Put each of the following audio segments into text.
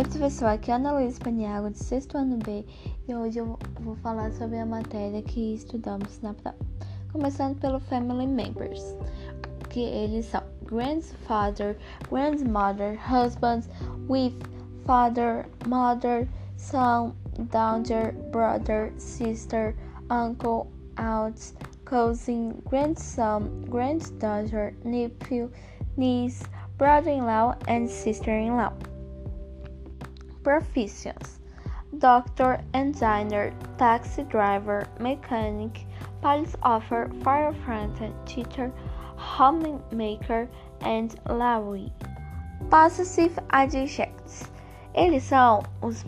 Oi pessoal, aqui é a Ana Luísa Paniago, de 6º ano B, e hoje eu vou falar sobre a matéria que estudamos na prova. Começando pelo Family Members, que eles são grandfather, grandmother, husband, wife, father, mother, son, daughter, brother, sister, uncle, aunt, cousin, grandson, granddaughter, nephew, niece, brother-in-law, and sister-in-law. Professions: doctor, engineer, taxi driver, mechanic, police officer, firefighter, teacher, homemaker, and laundry. Possessive adjectives: eles são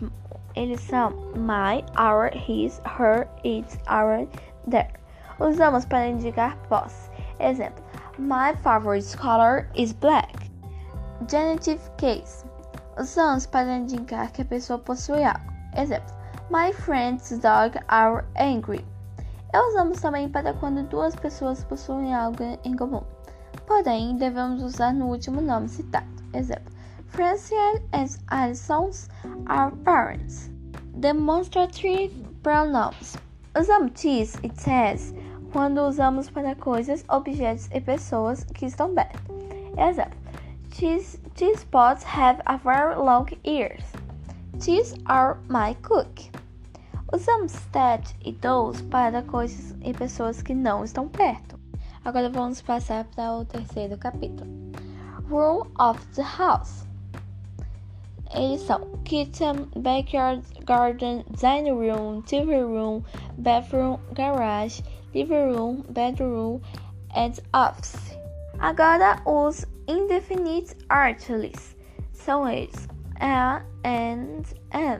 my, our, his, her, its, our, their. Usamos para indicar posse. Exemplo: my favorite color is black. Genitive case: usamos para indicar que a pessoa possui algo. Exemplo: my friend's dog are angry. E usamos também para quando duas pessoas possuem algo em comum. Porém, devemos usar no último nome citado. Exemplo: Francine and Alison are parents. Demonstrative pronouns: usamos his e his quando usamos para coisas, objetos e pessoas que estão perto. Exemplo: These pots have a very long ears. These are my cook. Usamos that e those para coisas e pessoas que não estão perto. Agora vamos passar para o terceiro capítulo. Room of the house. Eles são kitchen, backyard, garden, dining room, TV room, bathroom, garage, living room, bedroom, and office. Agora os indefinite articles são eles: a, and, an.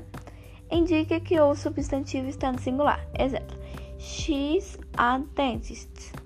Indica que o substantivo está no singular. Exemplo: she's a dentist.